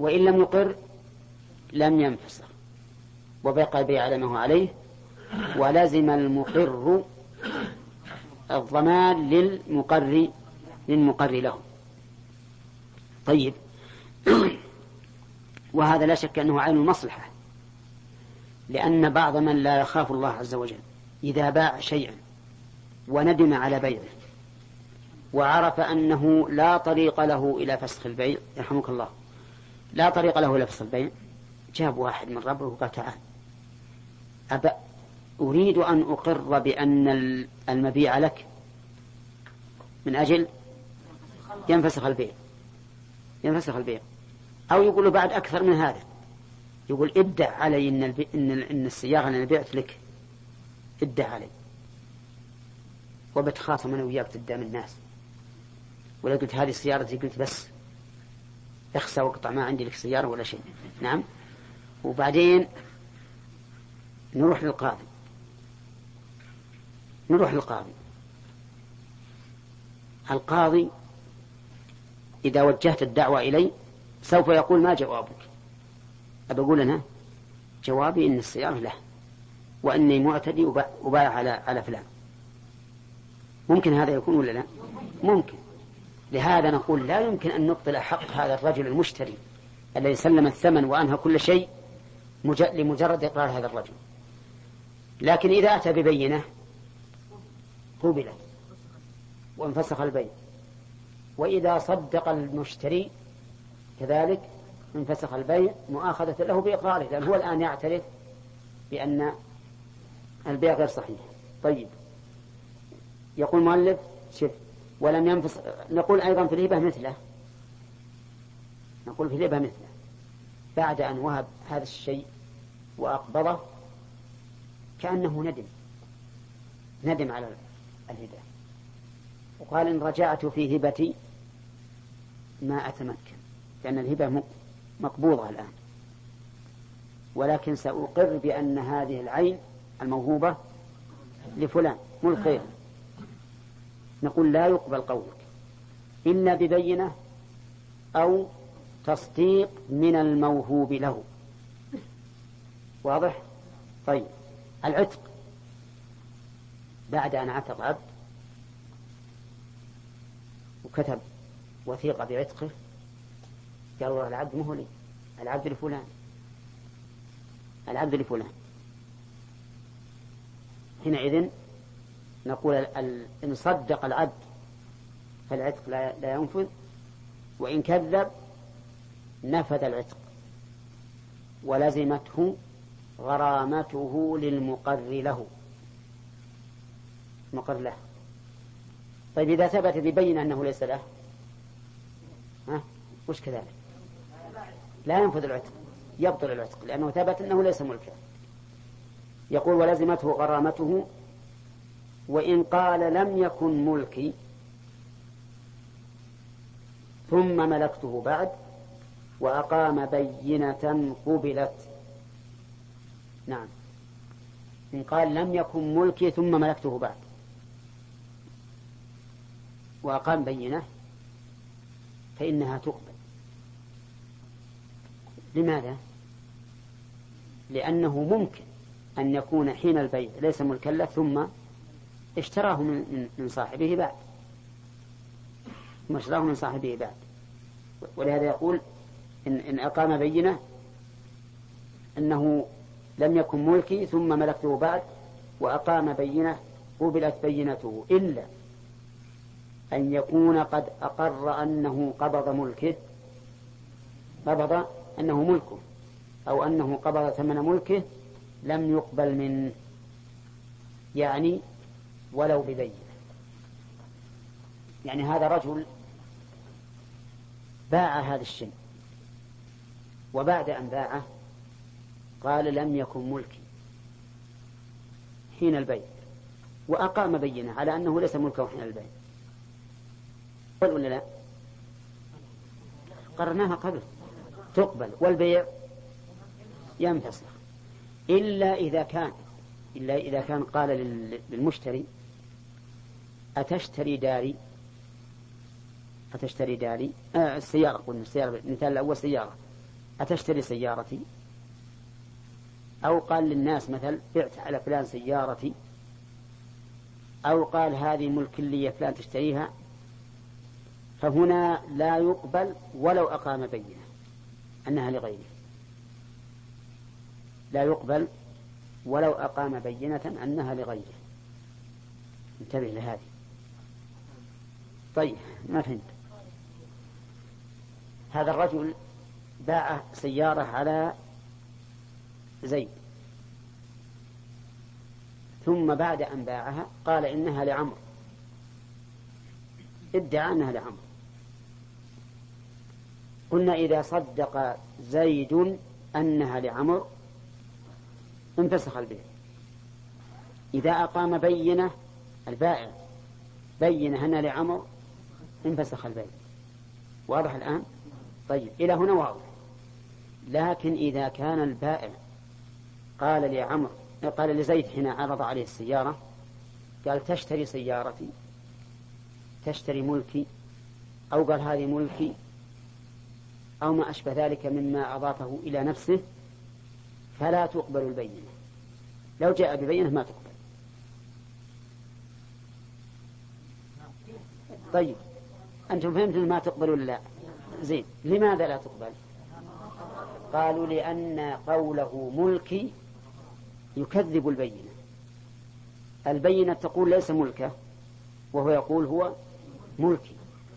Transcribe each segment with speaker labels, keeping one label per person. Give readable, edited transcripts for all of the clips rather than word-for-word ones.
Speaker 1: وإن لم يقر لم ينفسخ وبقى البيع على ما هو عليه، ولزم المقر الضمان للمقر له. طيب وهذا لا شك أنه عين المصلحة، لأن بعض من لا يخاف الله عز وجل إذا باع شيئا وندم على بيعه وعرف أنه لا طريق له إلى فسخ البيع، يرحمك الله، لا طريق له إلى فسخ البيع، جاب واحد من ربه وقال تعال أريد أن أقر بأن المبيع لك من أجل ينفسخ البيع. أو يقول له بعد أكثر من هذا، يقول ادع علي إن السيارة اللي بعت لك، ادع علي، وبتخاصم أنا وياك قدام الناس، ولا قلت هذه سيارتي، قلت بس اخسى واقطع، ما عندي لك سيارة ولا شيء. نعم. وبعدين نروح للقاضي القاضي إذا وجهت الدعوة إلي سوف يقول ما جوابك؟ أقول أنا جوابي إن السيارة له وأني معتدي وبايع على فلان. ممكن هذا يكون ولا لا؟ ممكن. لهذا نقول لا يمكن أن نبطل حق هذا الرجل المشتري الذي سلم الثمن وأنهى كل شيء لمجرد إقرار هذا الرجل. لكن إذا أتى ببينة قبلت وانفسخ البيع، وإذا صدق المشتري كذلك انفسخ البيع مؤاخذة له بإقراره، لأن هو الآن يعترف بأن البيع غير صحيح. طيب يقول المؤلف شف ولم ينفسخ. نقول أيضا في الهبة مثله، بعد أن وهب هذا الشيء وأقبضه كأنه ندم على الهبة، وقال إن رجعت في هبتي ما أتمكن، لأن الهبة مقبوضة الآن، ولكن سأقر بأن هذه العين الموهوبة لفلان ملك. نقول لا يقبل قولك إلا ببينة أو تصديق من الموهوب له. واضح؟ طيب العتق، بعد أن عتق عبد وكتب وثيقة بعتقه، قال والله العبد مو لي، العبد لفلان. حينئذ نقول إن صدق العبد فالعتق لا ينفذ، وإن كذب نفذ العتق ولزمته غرامته للمقر له. طيب إذا ثبت ببينة أنه ليس له وش كذلك؟ لا ينفذ العتق، يبطل العتق، لأنه ثبت أنه ليس ملكا. يقول ولزمته غرامته، وإن قال لم يكن ملكي ثم ملكته بعد وأقام بينة قبلت. نعم، إن قال لم يكن ملكي ثم ملكته بعد وأقام بينة فإنها تقبل. لماذا؟ لأنه ممكن أن يكون حين البيع ليس ملكا له ثم اشتراه من صاحبه بعد، ولهذا يقول إن أقام بينة أنه لم يكن ملكي ثم ملكته بعد وأقام بينة قبلت بينته، إلا أن يكون قد أقر أنه قبض أنه ملكه، أو أنه قبض ثمن ملكه لم يقبل منه، يعني ولو ببينة. يعني هذا رجل باع هذا الشيء، وبعد أن باعه قال لم يكن ملكي حين البيع، وأقام بينة على أنه ليس ملكه حين البيع، ولا لا؟ قررناها قبل، تقبل والبيع ينفسخ، إلا إذا كان قال للمشتري أتشتري داري السيارة، قلنا السيارة، مثال الأول سيارة، أتشتري سيارتي؟ أو قال للناس مثل بعت على فلان سيارتي، أو قال هذه ملك لي يا فلان تشتريها، فهنا لا يقبل ولو أقام بينة أنها لغيره، لا يقبل ولو أقام بينة أنها لغيره. انتبه لهذه. طيب ما فهمت. هذا الرجل باع سيارة على زيد، ثم بعد أن باعها قال إنها لعمر، ادعى أنها لعمر. قلنا إذا صدق زيد أنها لعمر انفسخ البيع. إذا أقام بينة البائع بينة أنها لعمر انفسخ البيع. واضح الآن؟ طيب إلى هنا واضح. لكن إذا كان البائع قال لعمر، قال لزيد حين عرض عليه السيارة، قال تشتري سيارتي، تشتري ملكي، أو قال هذه ملكي، أو ما أشبه ذلك مما أضافه إلى نفسه، فلا تقبل البينة. لو جاء ببينة ما تقبل. طيب أنتم فهمتم ما تقبل ولا لا؟ زين. لماذا لا تقبل؟ قالوا لأن قوله ملكي يكذب البينة. البينة تقول ليس ملكه، وهو يقول هو ملكي.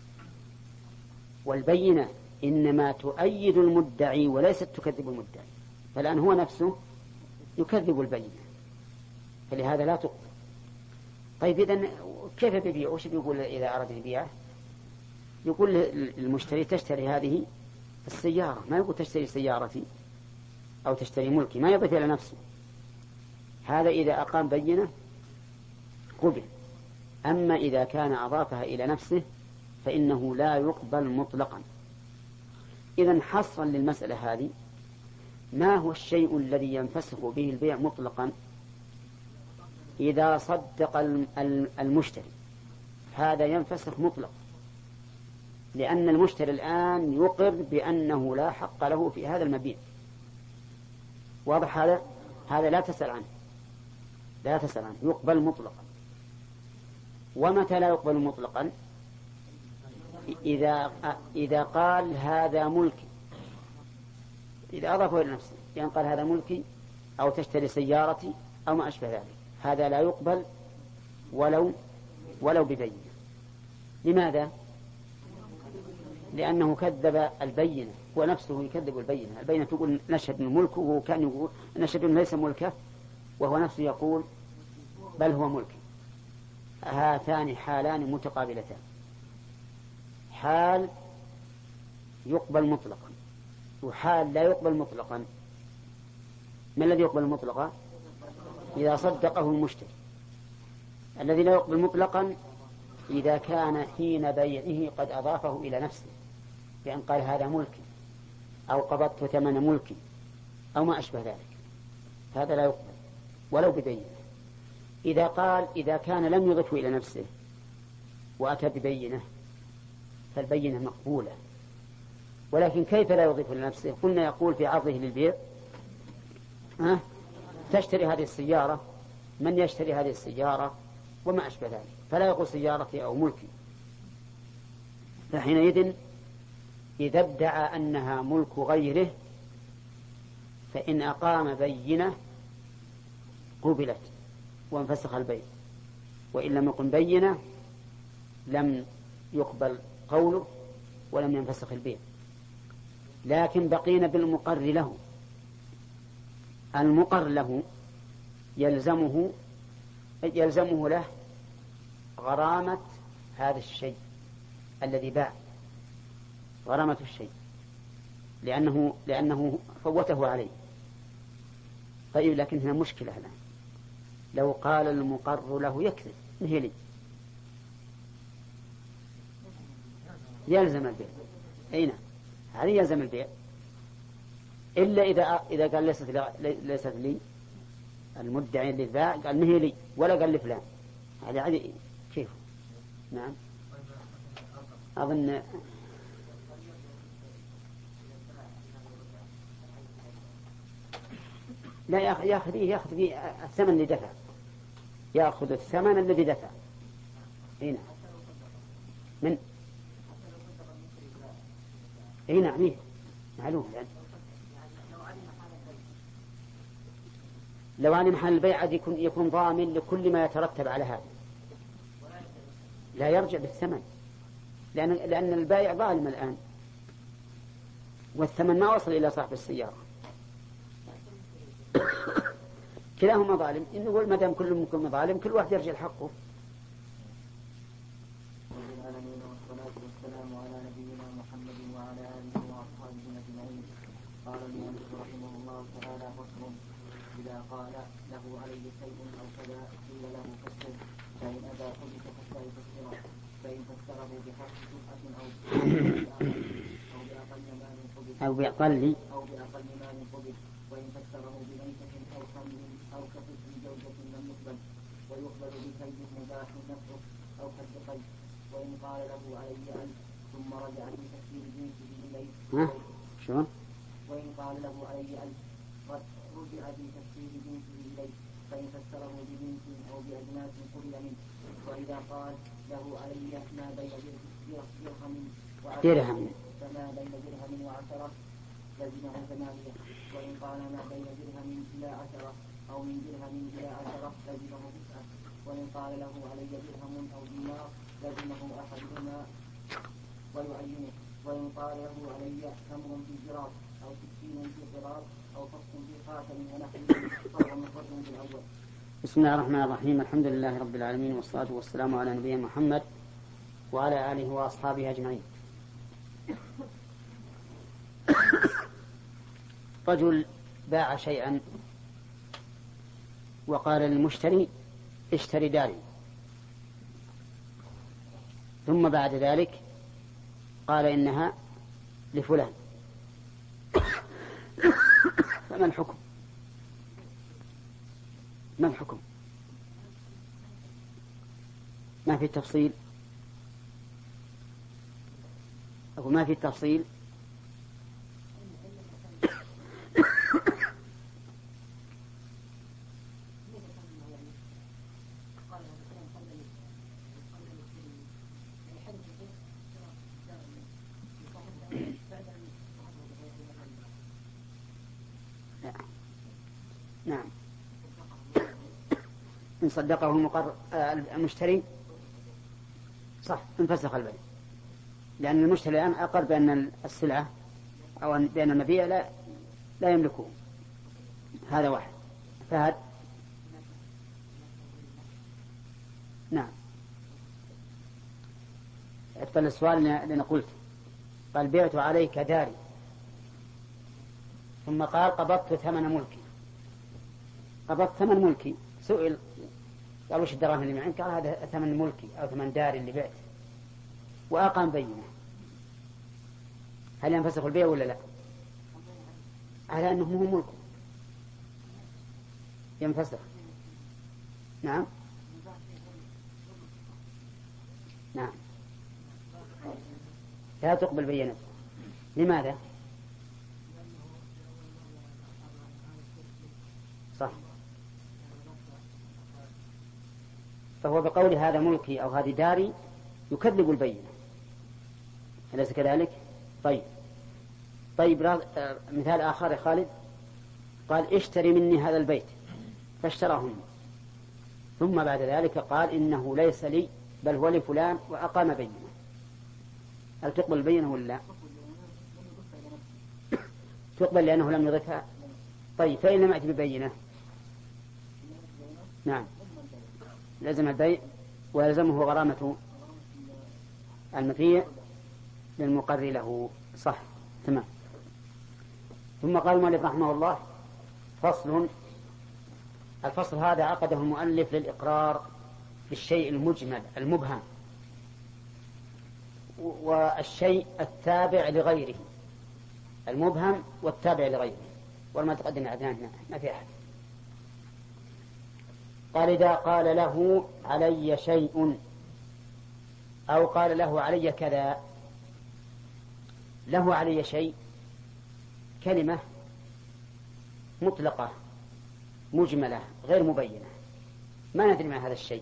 Speaker 1: والبينة إنما تؤيد المدعي وليست تكذب المدعي، فالآن هو نفسه يكذب البينة، فلهذا لا تقبل. طيب إذن كيف بيبيع؟ وش بيقول إذا أراد يبيعه؟ يقول للمشتري تشتري هذه السيارة، ما يقول تشتري سيارتي أو تشتري ملكي، ما يضيف إلى نفسه. هذا إذا أقام بينة قبل. أما إذا كان أضافها إلى نفسه فإنه لا يقبل مطلقا. إذن حصرا للمسألة هذه، ما هو الشيء الذي ينفسخ به البيع مطلقا؟ إذا صدق المشتري هذا ينفسخ مطلق، لأن المشتري الآن يقر بأنه لا حق له في هذا المبيع. واضح هذا؟ هذا لا تسأل عنه، لا تسأل عنه، يقبل مطلقا. ومتى لا يقبل مطلقا؟ إذا قال هذا ملكي، إذا أضافه إلى نفسه، يعني قال هذا ملكي أو تشتري سيارتي أو ما أشبه ذلك، هذا لا يقبل ولو ببينة. لماذا؟ لأنه كذب البينة، ونفسه يكذب البينة. البينة تقول نشهد من ملكه، وهو كان يقول نشهد من ليس ملكه، وهو نفسه يقول بل هو ملكي. هاتان حالان متقابلتان، حال يقبل مطلقا وحال لا يقبل مطلقا. ما الذي يقبل مطلقا؟ إذا صدقه المشتري. الذي لا يقبل مطلقا إذا كان حين بيعه قد أضافه إلى نفسه، بأن قال هذا ملكي أو قبضت ثمن ملكي أو ما أشبه ذلك، هذا لا يقبل ولو ببينة. إذا كان لم يضفه إلى نفسه وأتى ببينة فالبينة مقبولة. ولكن كيف لا يضيف إلى نفسه؟ قلنا يقول في عرضه للبيع تشتري هذه السيارة، من يشتري هذه السيارة وما أشبه ذلك، فلا يقول سيارتي أو ملكي. فحينئذ إذا ادعى أنها ملك غيره فإن أقام بينة قبلت وانفسخ البيع، وإن لم يقم بينة لم يقبل قوله ولم ينفسخ البيع. لكن بقينا بالمقر له. المقر له يلزمه له غرامة هذا الشيء الذي باع، غرامة الشيء، لأنه فوته عليه. طيب لكن هنا مشكلة الآن، لو قال المقر له يكذب نهي لي يلزم البيع. أين هذه يلزم البيع، إلا إذا قال ليست لي، المدعي للباع قال نهي لي ولا قال لفلان، هذا كيف؟ نعم أظن لا يأخذ فيه الثمن اللي دفع، يأخذ الثمن الذي دفع. هنا من هنا مين معلوم يعني. لو علم حال البيع يكون ضامن لكل ما يترتب على هذا، لا يرجع بالثمن، لأن البائع ظالم الآن، والثمن ما وصل إلى صاحب السيارة. كلاهما ظالم. إن نقول ما دام كل منكم ظالم كل واحد يرجع حقه.
Speaker 2: والصلاة والسلام على نبينا محمد وعلى آله وأصحابه أجمعين. قال المؤلف رحمه الله تعالى: فصل: إذا قال له علي شيء أو كذا قيل له فسر، فإن أبى حدث حتى يفسره، فإن فسره بحق شبهة أو بأقل مال قبل، وإن فسره بميتة أو خمر أو كفر زوجة لم يقبل، ويقبل بكيد مباح نفسه أو حد قيد. وإن قال له علي ألف ثم رجع في تفسير جنسه إليه، وإن قال له علي ألف رجع في تفسير جنسه إليه، فإن فسره بجنس أو بأجناس قبل منه. وإذا قال له علي ما بين درهم فما بين درهم وعشرة لزمه 8. وإن قال ما بين درهم إلى 10 أو من درهم إلى 10 لزمه 9. وإن قال له علي درهم أو دينار لزمه أحدهما ويعينه. وإن قال له علي تمر في جراب أو 60 في قراب أو فصل في خاتم ونحوه فهو مفرد بالأول.
Speaker 1: بسم الله الرحمن الرحيم. الحمد لله رب العالمين، والصلاة والسلام على نبينا محمد وعلى آله وأصحابه أجمعين. رجل باع شيئا وقال للمشتري اشتري داري، ثم بعد ذلك قال إنها لفلان، فما الحكم؟ ما الحكم؟ ما في تفصيل أو ما في تفصيل؟ نعم، إن صدقه المشتري صح انفسخ البيع، لأن المشتري الآن أقر بأن السلعة أو بأن المبيع لا يملكه. هذا واحد. فهد نعم. أتبع السؤال اللي قلت، قال بعت عليك داري، ثم قال قبضت ثمن ملكي. قبضت ثمن ملكي، سئل قال وش الدراهم اللي معك؟ قال هذا ثمن ملكي أو ثمن داري اللي بعت، وأقام بينه. هل ينفسخ البيع ولا لا؟ على أنه هو ملكه ينفسخ. نعم نعم، لا تقبل بينته. لماذا؟ صح، فهو بقول هذا ملكي أو هذه داري يكذب البينة، أليس كذلك؟ طيب مثال آخر يا خالد، قال اشتري مني هذا البيت، فاشتراه مني، ثم بعد ذلك قال إنه ليس لي بل هو لفلان وأقام بينه. هل تقبل البينة ولا لا؟ تقبل لأنه لم يضفها. طيب فإن لم يأتي ببينة، نعم، لازم البيع ويلزمه غرامة المبيع للمقر له. صح، تمام. ثم قال المؤلف رحمه الله: فصل. الفصل هذا عقده المؤلف للإقرار بالشيء المجمل المبهم والشيء التابع لغيره، المبهم والتابع لغيره، وما تقدم عدنان هنا ما في أحد. قال إذا قال له علي شيء أو قال له علي كذا. له علي شيء كلمة مطلقة مجملة غير مبينة، ما ندري ما هذا الشيء.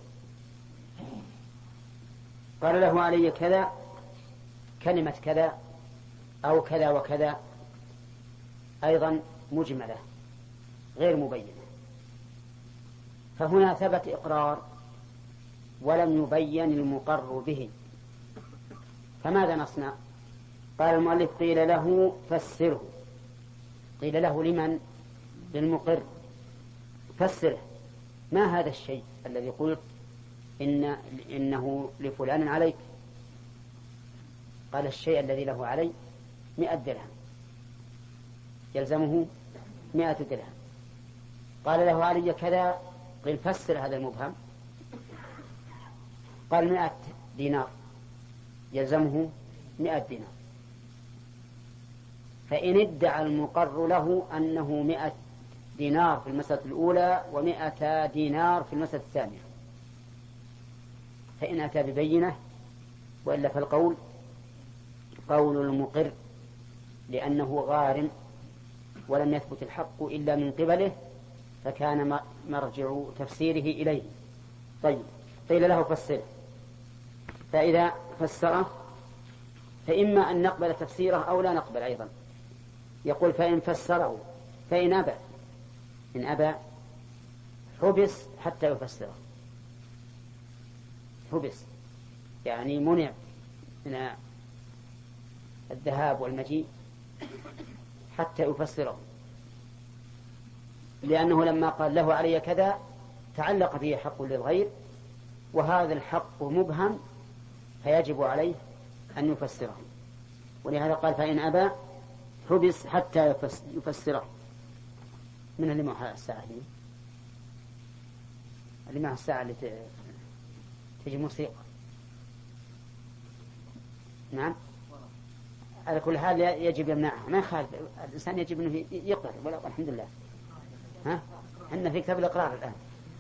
Speaker 1: قال له علي كذا، كلمة كذا أو كذا وكذا أيضا مجملة غير مبينة، فهنا ثبت إقرار ولم يبين المقر به، فماذا نصنع؟ قال المؤلف قيل له فسره. قيل له لمن؟ للمقر. فسره، ما هذا الشيء الذي قلت إنه لفلان عليك؟ قال الشيء الذي له علي 100 درهم، يلزمه 100 درهم. قال له علي كذا، قل فسر هذا المبهم. قال 100 دينار، يلزمه 100 دينار. فإن ادعى المقر له أنه 100 دينار في المسألة الأولى و100 دينار في المسألة الثانية، فإن أتى ببينة، وإلا فالقول قول المقر، لأنه غارم ولم يثبت الحق إلا من قبله، فكان مرجع تفسيره إليه. طيب، قيل له فسره، فإذا فسره فإما أن نقبل تفسيره أو لا نقبل أيضا. يقول فإن فسره، فإن أبى، إن أبى حبس حتى يفسره. حبس يعني منع من الذهاب والمجيء حتى يفسره، لأنه لما قال له علي كذا تعلق به حق للغير، وهذا الحق مبهم فيجب عليه أن يفسره، ولهذا قال فإن أبى حبس حتى يفسره. من اللي معها الساعة دي؟ اللي معها الساعة اللي تجي موسيقى. نعم، على كل حال يجب يمنعها، ما يخالف الإنسان، يجب أنه يقرأ، والحمد لله. ها، إحنا في كتاب الإقرار الآن.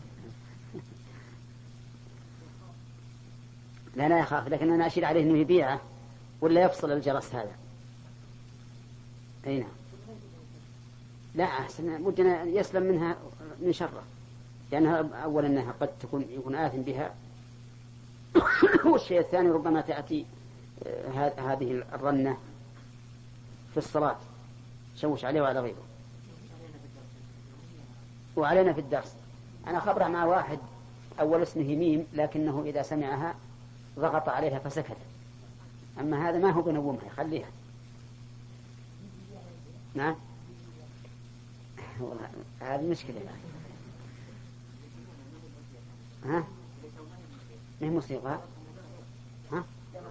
Speaker 1: لا يخاف، لكن أنا أشير عليه أنه يبيعه ولا يفصل الجرس هذا. أي نعم، لا أحسن، ودنا يسلم منها من شره، لأنها أولا أنها قد يكون آثم بها، والشيء الثاني ربما تأتي هذه الرنة في الصلاة شوش عليه وعلى غيره. وعلينا في الدرس. أنا خبره مع واحد أول اسمه ميم، لكنه إذا سمعها ضغط عليها فسكت. أما هذا ما هو بنومها، خليها. نعم، والله هذه مشكلة. ها، ما هي موسيقى؟ ها،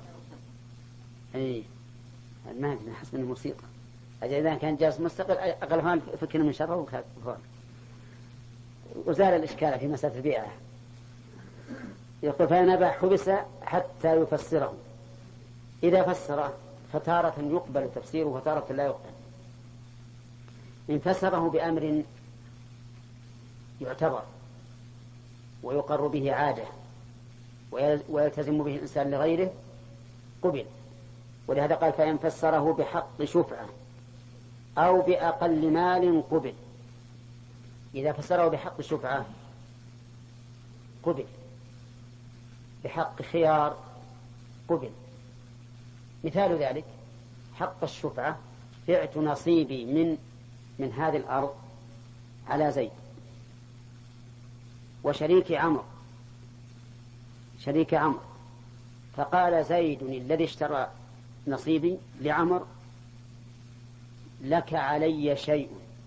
Speaker 1: اي ما ادري، حسب الموسيقى. اذا كان جالس مستقل اقلها فكنا من شره وكفر. وزال الاشكال في مسألة البيعة. يقول فإن أبى حبس حتى يفسره. إذا فسره فتارة يقبل تفسيره وتارة لا يقبل. إن فسره بأمر يعتبر ويقر به عادة ويلتزم به الإنسان لغيره قبل. ولهذا قال فإن فسره بحق شفعة أو بأقل مال قبل. إذا فسره بحق شفعة قبل، بحق خيار قبل. مثال ذلك حق الشفعة: بعت نصيبي من هذه الأرض على زيد، وشريك عمرو، فقال زيد الذي اشترى نصيبي لعمر: لك علي شيء.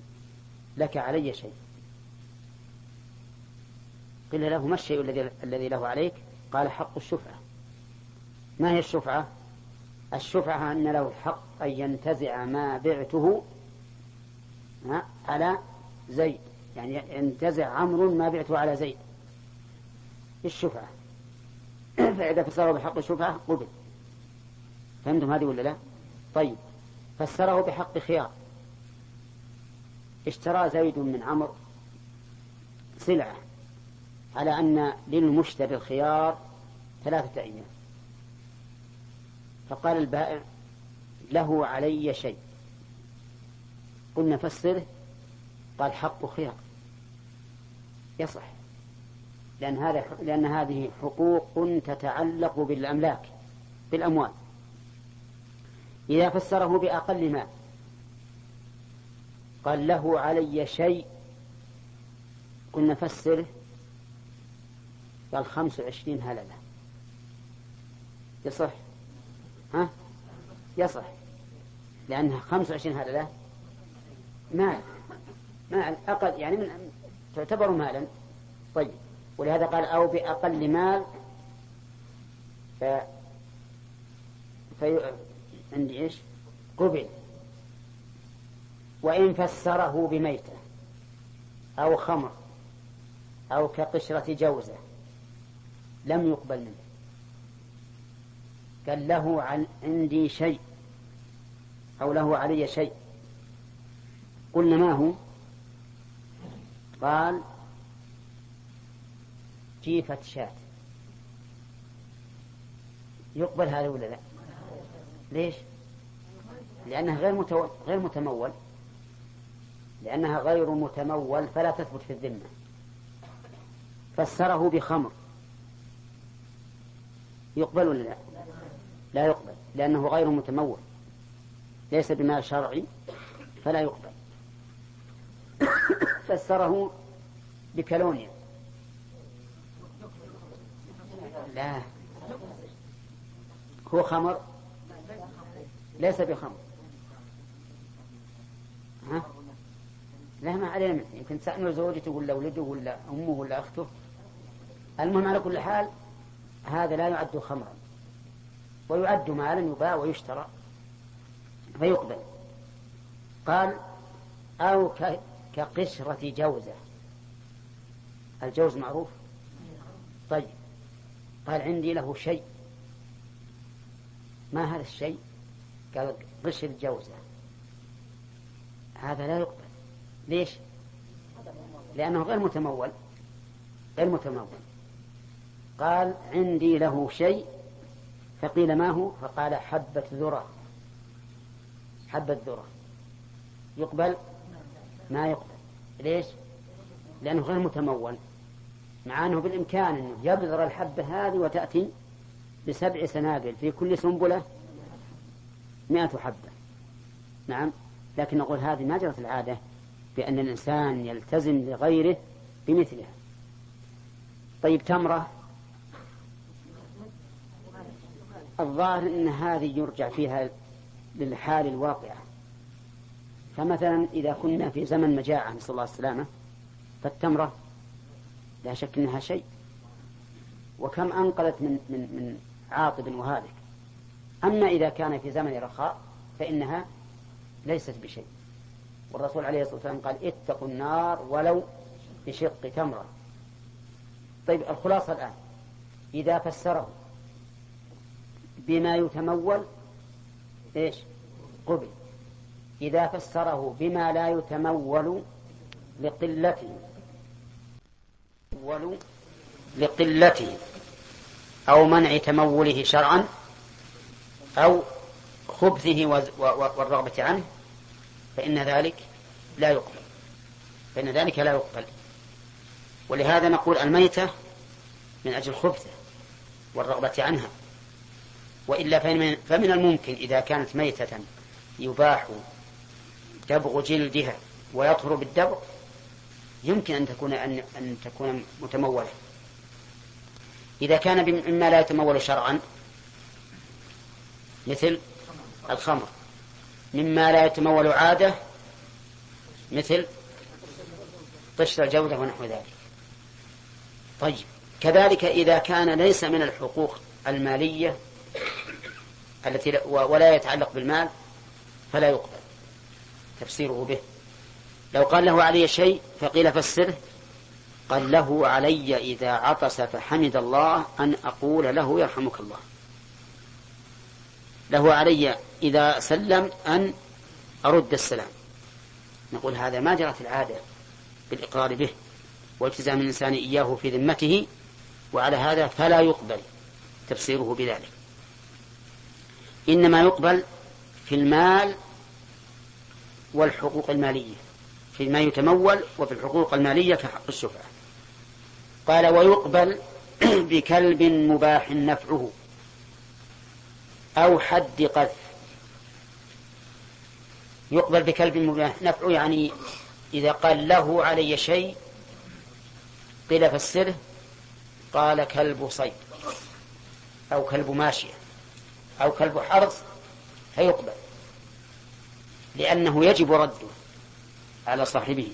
Speaker 1: قيل له: ما الشيء الذي له عليك؟ قال: حق الشفعة. ما هي الشفعة؟ الشفعة أن له الحق أن ينتزع ما بعته على زيد، يعني ينتزع عمرو ما بعته على زيد، الشفعة. فإذا فسره بحق الشفعة قبل. فهمتم هذه ولا لا؟ طيب، فسره بحق خيار: اشترى زيد من عمرو سلعة على أن للمشتري الخيار 3 أيام، فقال البائع: له علي شيء. قلنا فسره، قال: حق خيار. يصح، لأن هذه حقوق تتعلق بالأملاك بالأموال. إذا فسره بأقل مال قال له علي شيء، كنا نفسره قال 25 هللة، يصح؟ ها؟ يصح، لأنها 25 هللة مال أقل، يعني تعتبر مالا. طيب، ولهذا قال أو بأقل مال عندي إيش؟ قبل. وإن فسره بميتة أو خمر أو كقشرة جوزة لم يقبل منه. قال له عندي شيء أو له علي شيء، قلنا ما هو؟ قال جيفة شاة. يقبل هذا ولا لا؟ ليش؟ لأنها غير متمول، لأنها غير متمول فلا تثبت في الذمة. فسره بخمر، يقبل ولا لا؟ لا يقبل، لأنه غير متمول، ليس بمال شرعي فلا يقبل. فسره بكالونيا، لا، هو خمر ليس بخمر. ها؟ لا، ما علينا، يمكن تسأله زوجته ولا ولده ولا أمه ولا أخته. المهم على كل حال هذا لا يعد خمرا، ويعد مالا يباع ويشترى فيقبل. قال أو كقشرة جوزة. الجوز معروف. طيب، قال عندي له شيء، ما هذا الشيء؟ قال قشر جوزة. هذا لا يقبل. ليش؟ لأنه غير متمول. قال عندي له شيء، فقيل ما هو؟ فقال حبة ذرة. يقبل؟ ما يقبل. ليش؟ لأنه غير متمول، مع أنه بالإمكان أنه يبذر الحبة هذه وتأتي ب7 سنابل في كل سنبلة 100 حبة. نعم، لكن نقول هذه ما جرت العادة بأن الإنسان يلتزم لغيره بمثلها. طيب، تمرة، الظاهر أن هذه يرجع فيها للحال الواقعة. فمثلا إذا كنا في زمن مجاعة نسأل الله السلامة، فالتمرة لا شك أنها شيء، وكم أنقذت من عاطب وهالك. أما إذا كان في زمن رخاء فإنها ليست بشيء، والرسول عليه الصلاة والسلام قال اتقوا النار ولو بشق تمرة. طيب، الخلاصة الآن إذا فسره بما يتمول إيش؟ قبل. إذا فسره بما لا يتمول لقلته أو منع تموله شرعا أو خبثه والرغبة عنه فإن ذلك لا يقبل. ولهذا نقول الميتة من أجل خبثه والرغبة عنها، وإلا فمن الممكن إذا كانت ميتة يباح دبغ جلدها ويطهر بالدبغ، يمكن أن تكون متمولة. إذا كان مما لا يتمول شرعا مثل الخمر، مما لا يتمول عادة مثل قشر الجودة ونحو ذلك. طيب، كذلك إذا كان ليس من الحقوق المالية التي ولا يتعلق بالمال فلا يقبل تفسيره به. لو قال له علي شيء فقيل فسره، قال له علي إذا عطس فحمد الله أن أقول له يرحمك الله. له علي إذا سلم أن أرد السلام. نقول هذا ما جرت العادة بالإقرار به والتزام الإنسان إياه في ذمته، وعلى هذا فلا يقبل تفسيره بذلك. إنما يقبل في المال والحقوق المالية، فيما يتمول وفي الحقوق المالية كحق الشفعة. قال ويقبل بكلب مباح نفعه أو حد قذف. يقبل بكلب مباح نفعه يعني إذا قال له علي شيء قيل فسره، قال كلب صيد أو كلب ماشية أو كلب حرث فيقبل، لأنه يجب رده على صاحبه.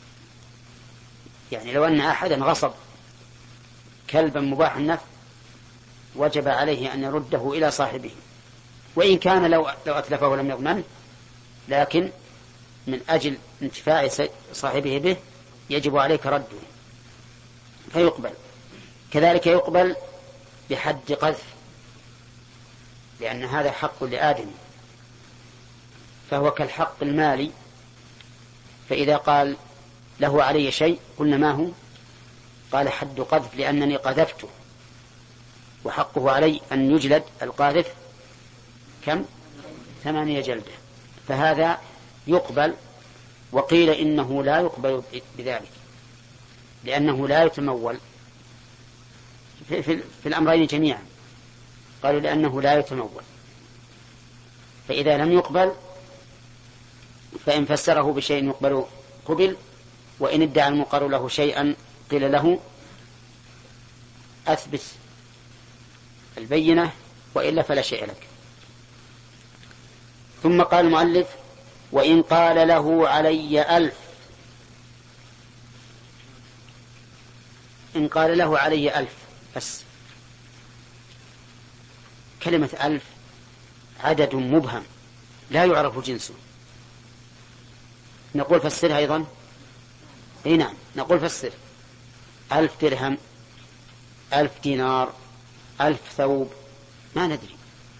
Speaker 1: يعني لو أن أحدا غصب كلبا مباح النفع وجب عليه أن يرده إلى صاحبه، وإن كان لو أتلفه لم يضمنه، لكن من أجل انتفاع صاحبه به يجب عليك رده فيقبل. كذلك يقبل بحد قذف، لأن هذا حق لآدم، فهو كالحق المالي. فإذا قال له علي شيء قلنا ما هو؟ قال حد قذف لأنني قذفته، وحقه علي أن يجلد القاذف كم؟ 8 جلدة. فهذا يقبل. وقيل إنه لا يقبل بذلك لأنه لا يتمول في الأمرين جميعا. قالوا لأنه لا يتمول، فإذا لم يقبل فإن فسره بشيء يقبل قبل، وإن ادعى المقر له شيئا قيل له أثبت البينة وإلا فلا شيء لك. ثم قال المؤلف وإن قال له علي 1000. إن قال له علي 1000 بس. كلمة 1000 عدد مبهم لا يعرف جنسه. نقول فسرها أيضا. نعم نقول فسر 1000 درهم 1000 دينار 1000 ثوب، ما ندري،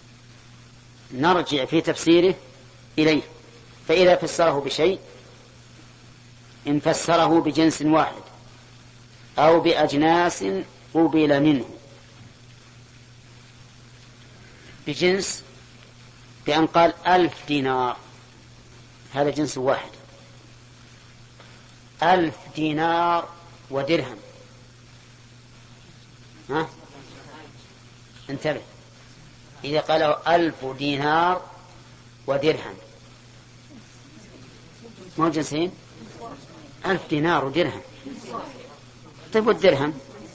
Speaker 1: نرجع في تفسيره إليه. فإذا فسره بشيء، إن فسره بجنس واحد أو بأجناس قبل منه. بجنس بأن قال 1000 دينار، هذا جنس واحد. 1000 دينار ودرهم، ها؟ انتبه، إذا قالوا 1000 دينار ودرهم ما هو جنسين؟ 1000 دينار ودرهم. طيب والدرهم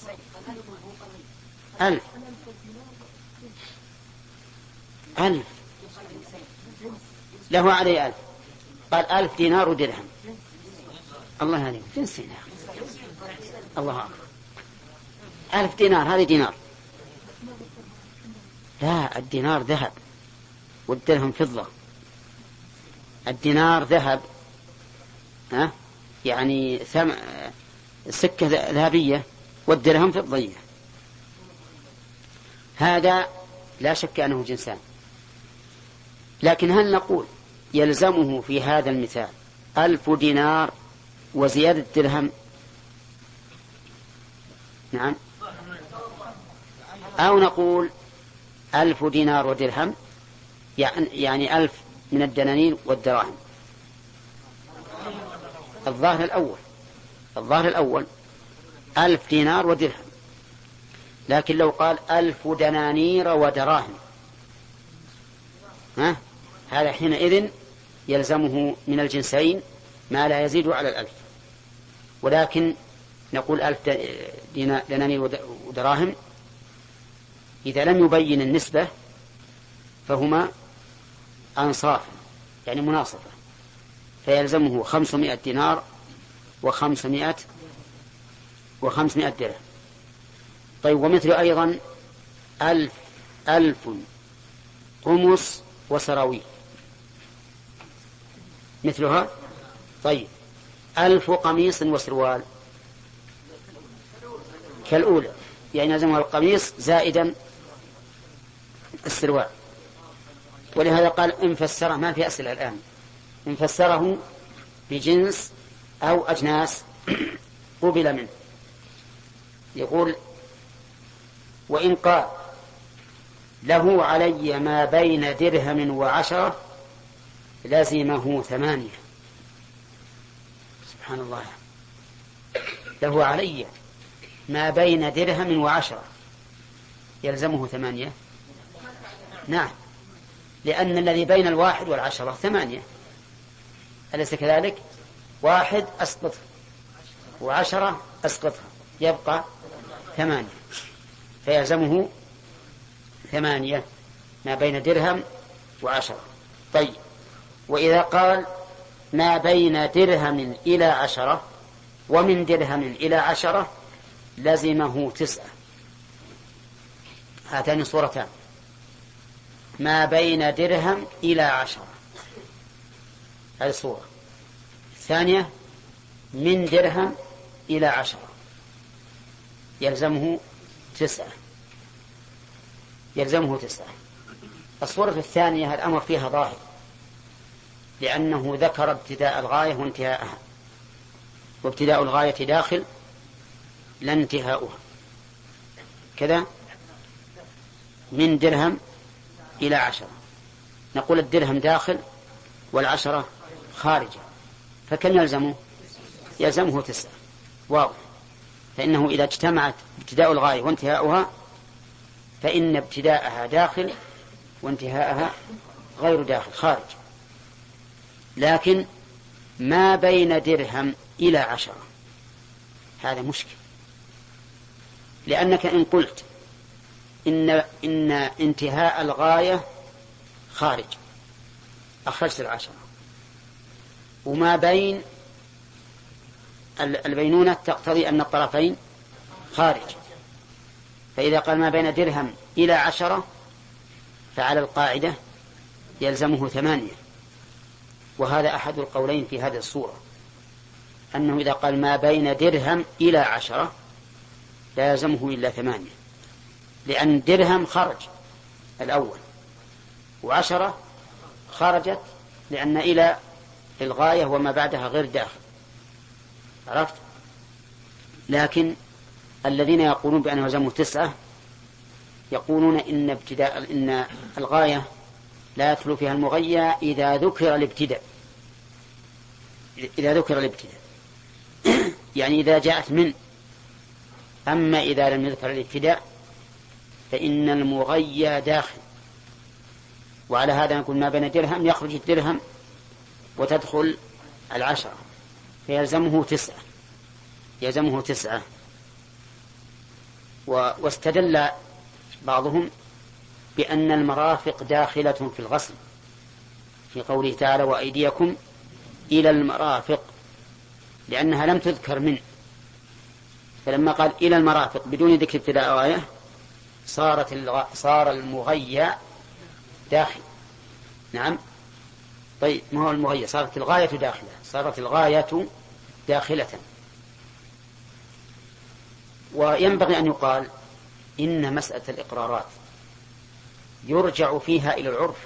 Speaker 1: 1000 له عليه 1000، قال 1000 دينار ودرهم. الله عليك جنسين يا أخي. الله أكبر. 1000 دينار هذه دينار، لا الدينار ذهب والدرهم فضة. الدينار ذهب، ها؟ يعني سكة ذهبية، والدرهم فضية. هذا لا شك أنه جنسان. لكن هل نقول يلزمه في هذا المثال 1000 دينار وزيادة درهم؟ نعم. أو نقول 1000 دينار ودرهم، يعني 1000 من الدنانير والدراهم. الظاهر الأول 1000 دينار ودرهم. لكن لو قال 1000 دنانير ودراهم، هذا حينئذ يلزمه من الجنسين ما لا يزيد على 1000. ولكن نقول 1000 دنانير ودراهم إذا لم يبين النسبة فهما أنصاف، يعني مناصفة، فيلزمه 500 دينار و500 درهم. طيب ومثل أيضا 1000 قمص وسراويل مثلها. طيب 1000 قميص وسروال كالأولى، يعني يلزمها القميص زائدا السروال. ولهذا قال إن فسره، ما في أسئلة الآن، إن فسره بجنس أو أجناس قبل منه. يقول وإن قال له علي ما بين درهم و10 لزمه 8. سبحان الله، له علي ما بين درهم وعشرة يلزمه 8؟ نعم، لأن الذي بين 1 والعشرة 8، أليس كذلك؟ 1 أسقطها و10 أسقطها يبقى 8، فيلزمه 8 ما بين درهم و10. طيب، وإذا قال ما بين درهم إلى 10 ومن درهم إلى 10 لزمه 9. هاتان صورتان: ما بين درهم إلى 10، هذه الصورة. الثانية من درهم إلى 10 يلزمه 9. الصورة الثانية الأمر فيها ظاهر، لأنه ذكر ابتداء الغاية وانتهاءها، وابتداء الغاية داخل لا انتهاؤها. كذا من درهم إلى 10 نقول الدرهم داخل والعشرة خارجة، فكم يلزمه؟ يلزمه 9. واضح. فإنه إذا اجتمعت ابتداء الغاية وانتهاؤها فإن ابتداءها داخل وانتهاءها غير داخل، خارج. لكن ما بين درهم إلى 10 هذا مشكل، لأنك إن قلت إن انتهاء الغاية خارج أخرجت 10، وما بين البينونة تقتضي أن الطرفين خارج، فإذا قال ما بين درهم إلى 10 فعلى القاعدة يلزمه 8. وهذا أحد القولين في هذه الصورة، أنه إذا قال ما بين درهم إلى 10 لا يلزمه إلا 8، لأن درهم خرج الأول و10 خرجت، لأن إلى الغاية وما بعدها غير داخل. عرفت؟ لكن الذين يقولون بأنه يلزمه 9 يقولون إن الغاية لا يدخل فيها المغيى إذا ذكر الابتداء. يعني إذا جاءت من. أما إذا لم يذكر الابتداء فإن المغيى داخل. وعلى هذا نقول ما بين درهم يخرج الدرهم وتدخل 10 فيلزمه 9. واستدل بعضهم بأن المرافق داخلة في الغسل في قوله تعالى وأيديكم إلى المرافق، لأنها لم تذكر من، فلما قال إلى المرافق بدون ذكر ابتداء آية صار المغيى داخل. نعم. طيب، ما هو المغيى؟ صارت الغاية داخلة. وينبغي أن يقال إن مسألة الإقرارات يرجع فيها إلى العرف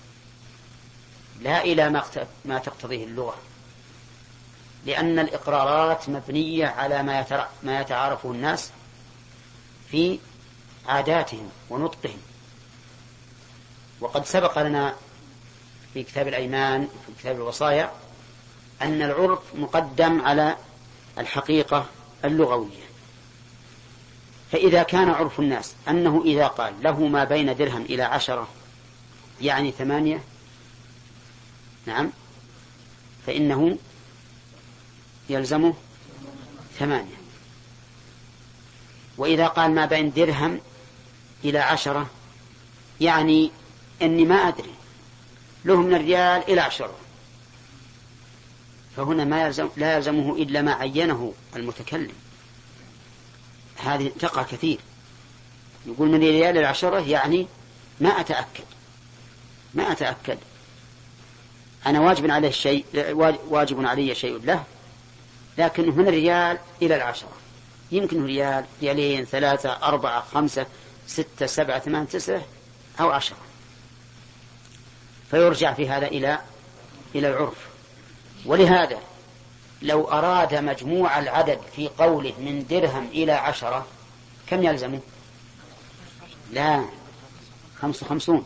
Speaker 1: لا إلى ما تقتضيه اللغة، لأن الإقرارات مبنية على ما يتعارفه الناس في عاداتهم ونطقهم. وقد سبق لنا في كتاب الأيمان وفي كتاب الوصايا أن العرف مقدم على الحقيقة اللغوية. فإذا كان عرف الناس أنه إذا قال له ما بين درهم إلى 10 يعني 8، نعم، فإنه يلزمه 8. وإذا قال ما بين درهم إلى 10 يعني أني ما أدري له من الريال إلى 10، فهنا لا يلزمه إلا ما عينه المتكلم. هذه تقع كثير، يقول من الريال إلى 10 يعني ما أتأكد أنا واجب علي شيء له، لكن من الريال إلى 10 يمكن ريال، ريالين، 3، 4، 5، 6، 7، 8، 9 أو 10، فيرجع في هذا إلى العرف. ولهذا لو أراد مجموع العدد في قوله من درهم إلى 10 كم يلزمه؟ لا، 55.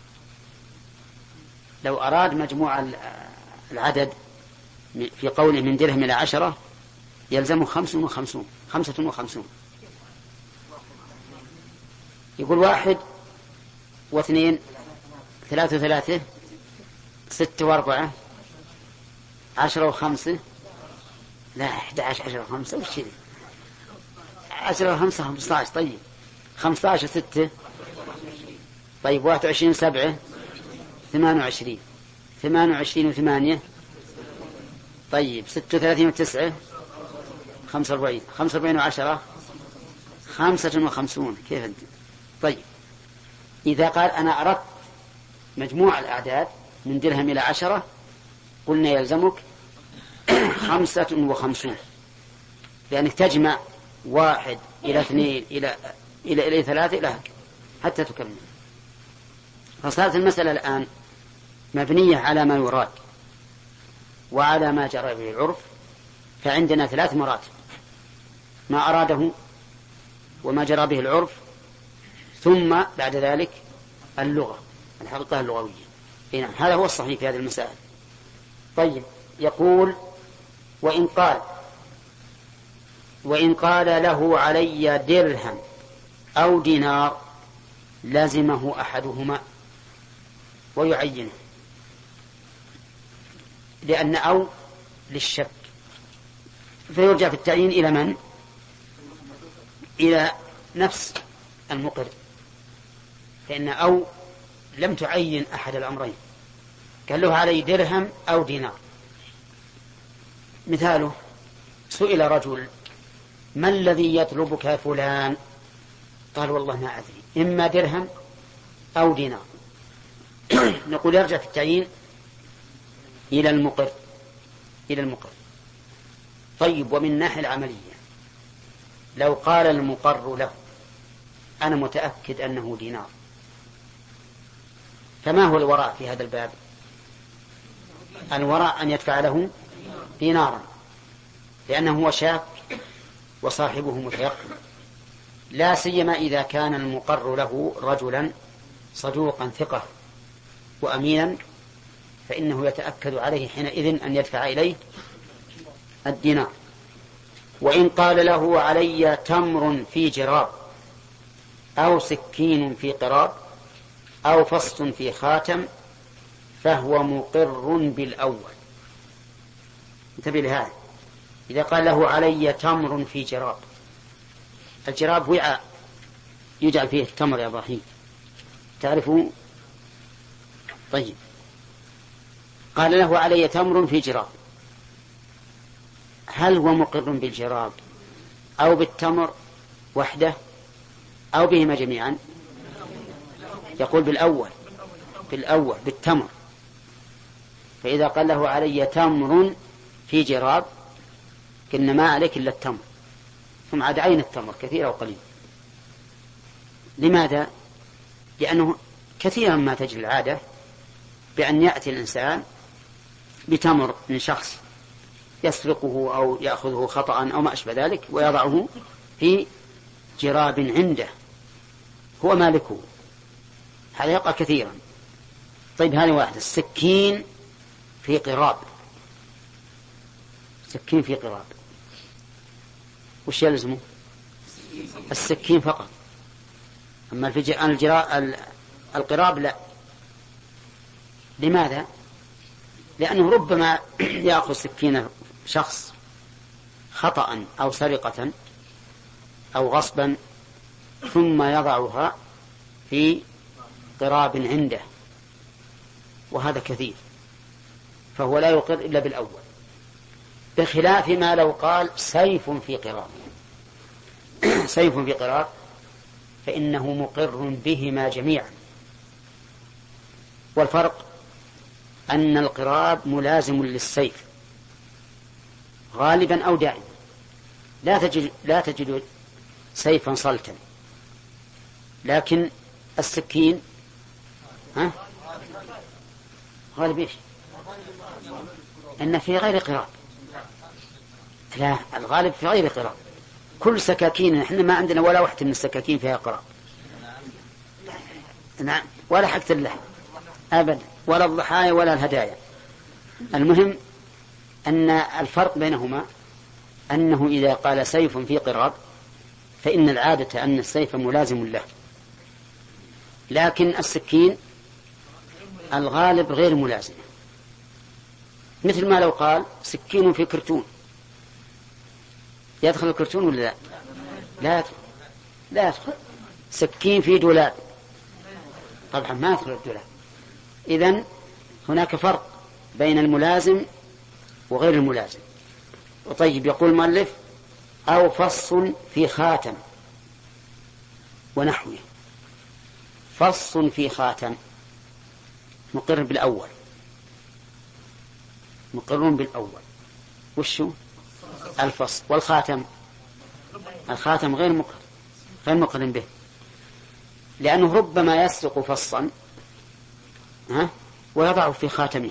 Speaker 1: لو أراد مجموع العدد في قوله من درهم إلى 10 يلزمه 55. يقول 1 و2 3 و3 6 و4 10 و5 لا 11 10 و5 وش كذا 10 و5 15 طيب 15 6 طيب 21 7 28 28 و8 طيب 36 و9 45 45 و10 55 كيف انت؟ طيب إذا قال أنا أردت مجموع الأعداد من درهم إلى 10 قلنا يلزمك 55 لأنك تجمع 1 إلى 2 إلى 3 إلى حتى تكمل. فصارت المسألة الآن مبنية على ما يراد وعلى ما جرى به العرف. فعندنا 3 مراتب: ما أراده وما جرى به العرف، ثم بعد ذلك اللغة، الحقيقة اللغوية. نعم هذا هو الصحيح في هذه المسائل. طيب يقول وإن قال له علي درهم أو دينار لازمه أحدهما ويعينه، لأن أو للشك، فيرجع في التعيين إلى من؟ إلى نفس المقر، فإن أو لم تعين أحد الأمرين، قال له علي درهم أو دينار. مثاله: سئل رجل: ما الذي يطلبك يا فلان؟ قال: والله ما أدري، إما درهم أو دينار. نقول يرجع في التعيين إلى المقر. طيب ومن الناحية العملية، لو قال المقر له: أنا متأكد أنه دينار، فما هو الوراء في هذا الباب؟ الوراء أن يدفع له دينارا، لأنه هو شاك وصاحبه متيقن، لا سيما إذا كان المقر له رجلا صدوقا ثقة وأمينا، فإنه يتأكد عليه حينئذ أن يدفع إليه الدينار. وإن قال له علي تمر في جراب أو سكين في قراب أو فص في خاتم فهو مقر بالأول. انتبه لهذا. إذا قال له علي تمر في جراب، الجراب وعاء يجعل فيه التمر يا إبراهيم، تعرفوا؟ طيب قال له علي تمر في جراب، هل هو مقر بالجراب أو بالتمر وحده أو بهما جميعا؟ يقول بالأول بالتمر. فإذا قال له علي تمر في جراب قلنا ما عليك إلا التمر، ثم عاد عين التمر كثير أو قليل. لماذا؟ لأنه كثيرا ما تجري العادة بأن يأتي الإنسان بتمر من شخص يسرقه أو يأخذه خطأ أو ما أشبه ذلك ويضعه في جراب عنده هو مالكه، هذا يقع كثيرا. طيب هذه واحدة. السكين في قراب، سكين في قراب وش يلزمه؟ السكين فقط، أما القراب لا. لماذا؟ لأنه ربما يأخذ سكين شخص خطأ أو سرقة أو غصبا ثم يضعها في قراب عنده، وهذا كثير، فهو لا يقر إلا بالأول، بخلاف ما لو قال سيف في قراب سيف في قراب فإنه مقر بهما جميعا. والفرق أن القراب ملازم للسيف غالبا أو دائما، لا تجد سيفا صلتا، لكن السكين غالب إيش؟ أن في غير قراب. لا، الغالب في غير قراب. كل سكاكين احنا ما عندنا ولا واحدة من السكاكين فيها قراب، نعم، ولا حق اللحم أبدا، ولا الضحايا ولا الهدايا. المهم أن الفرق بينهما أنه إذا قال سيف في قراب فإن العادة أن السيف ملازم له، لكن السكين الغالب غير ملازمة، مثل ما لو قال سكين في كرتون، يدخل الكرتون ولا لا؟ لا يدخل، لا يدخل. سكين في دولاب طبعا ما يدخل الدولاب. إذن هناك فرق بين الملازم وغير الملازم. طيب، يقول المؤلف أو فص في خاتم ونحوه. فص في خاتم مقر بالأول، مقرون بالأول. وشو الفص؟ والخاتم الخاتم غير مقر به، لأنه ربما يسرق فصا ويضعه في خاتمه،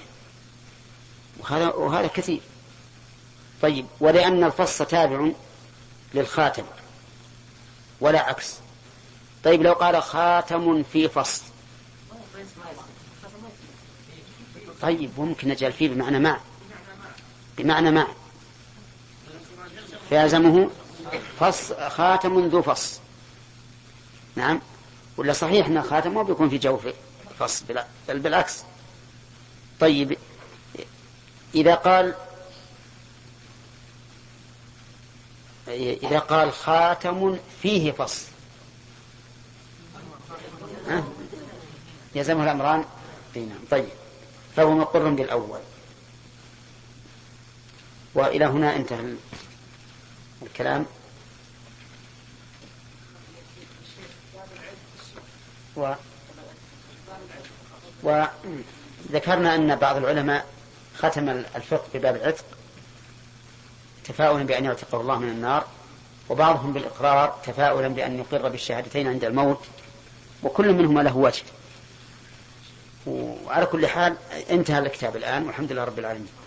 Speaker 1: وهذا كثير. طيب، ولأن الفص تابع للخاتم ولا عكس. طيب، لو قال خاتم في فص، طيب ممكن نجعل فيه بمعنى مع فيلزمه فص خاتم ذو فص. نعم، ولا صحيح أن خاتم ما بيكون في جوف فص، بل بالعكس. طيب، إذا قال خاتم فيه فص يلزمه الأمران. طيب، فهو مقر بالأول. وإلى هنا انتهى الكلام. وذكرنا أن بعض العلماء ختم الفقه بباب العتق تفاؤلا بأن يعتقه الله من النار، وبعضهم بالإقرار تفاؤلا بأن يقر بالشهادتين عند الموت، وكل منهما له وجه. وعلى كل حال انتهى الكتاب الآن، والحمد لله رب العالمين.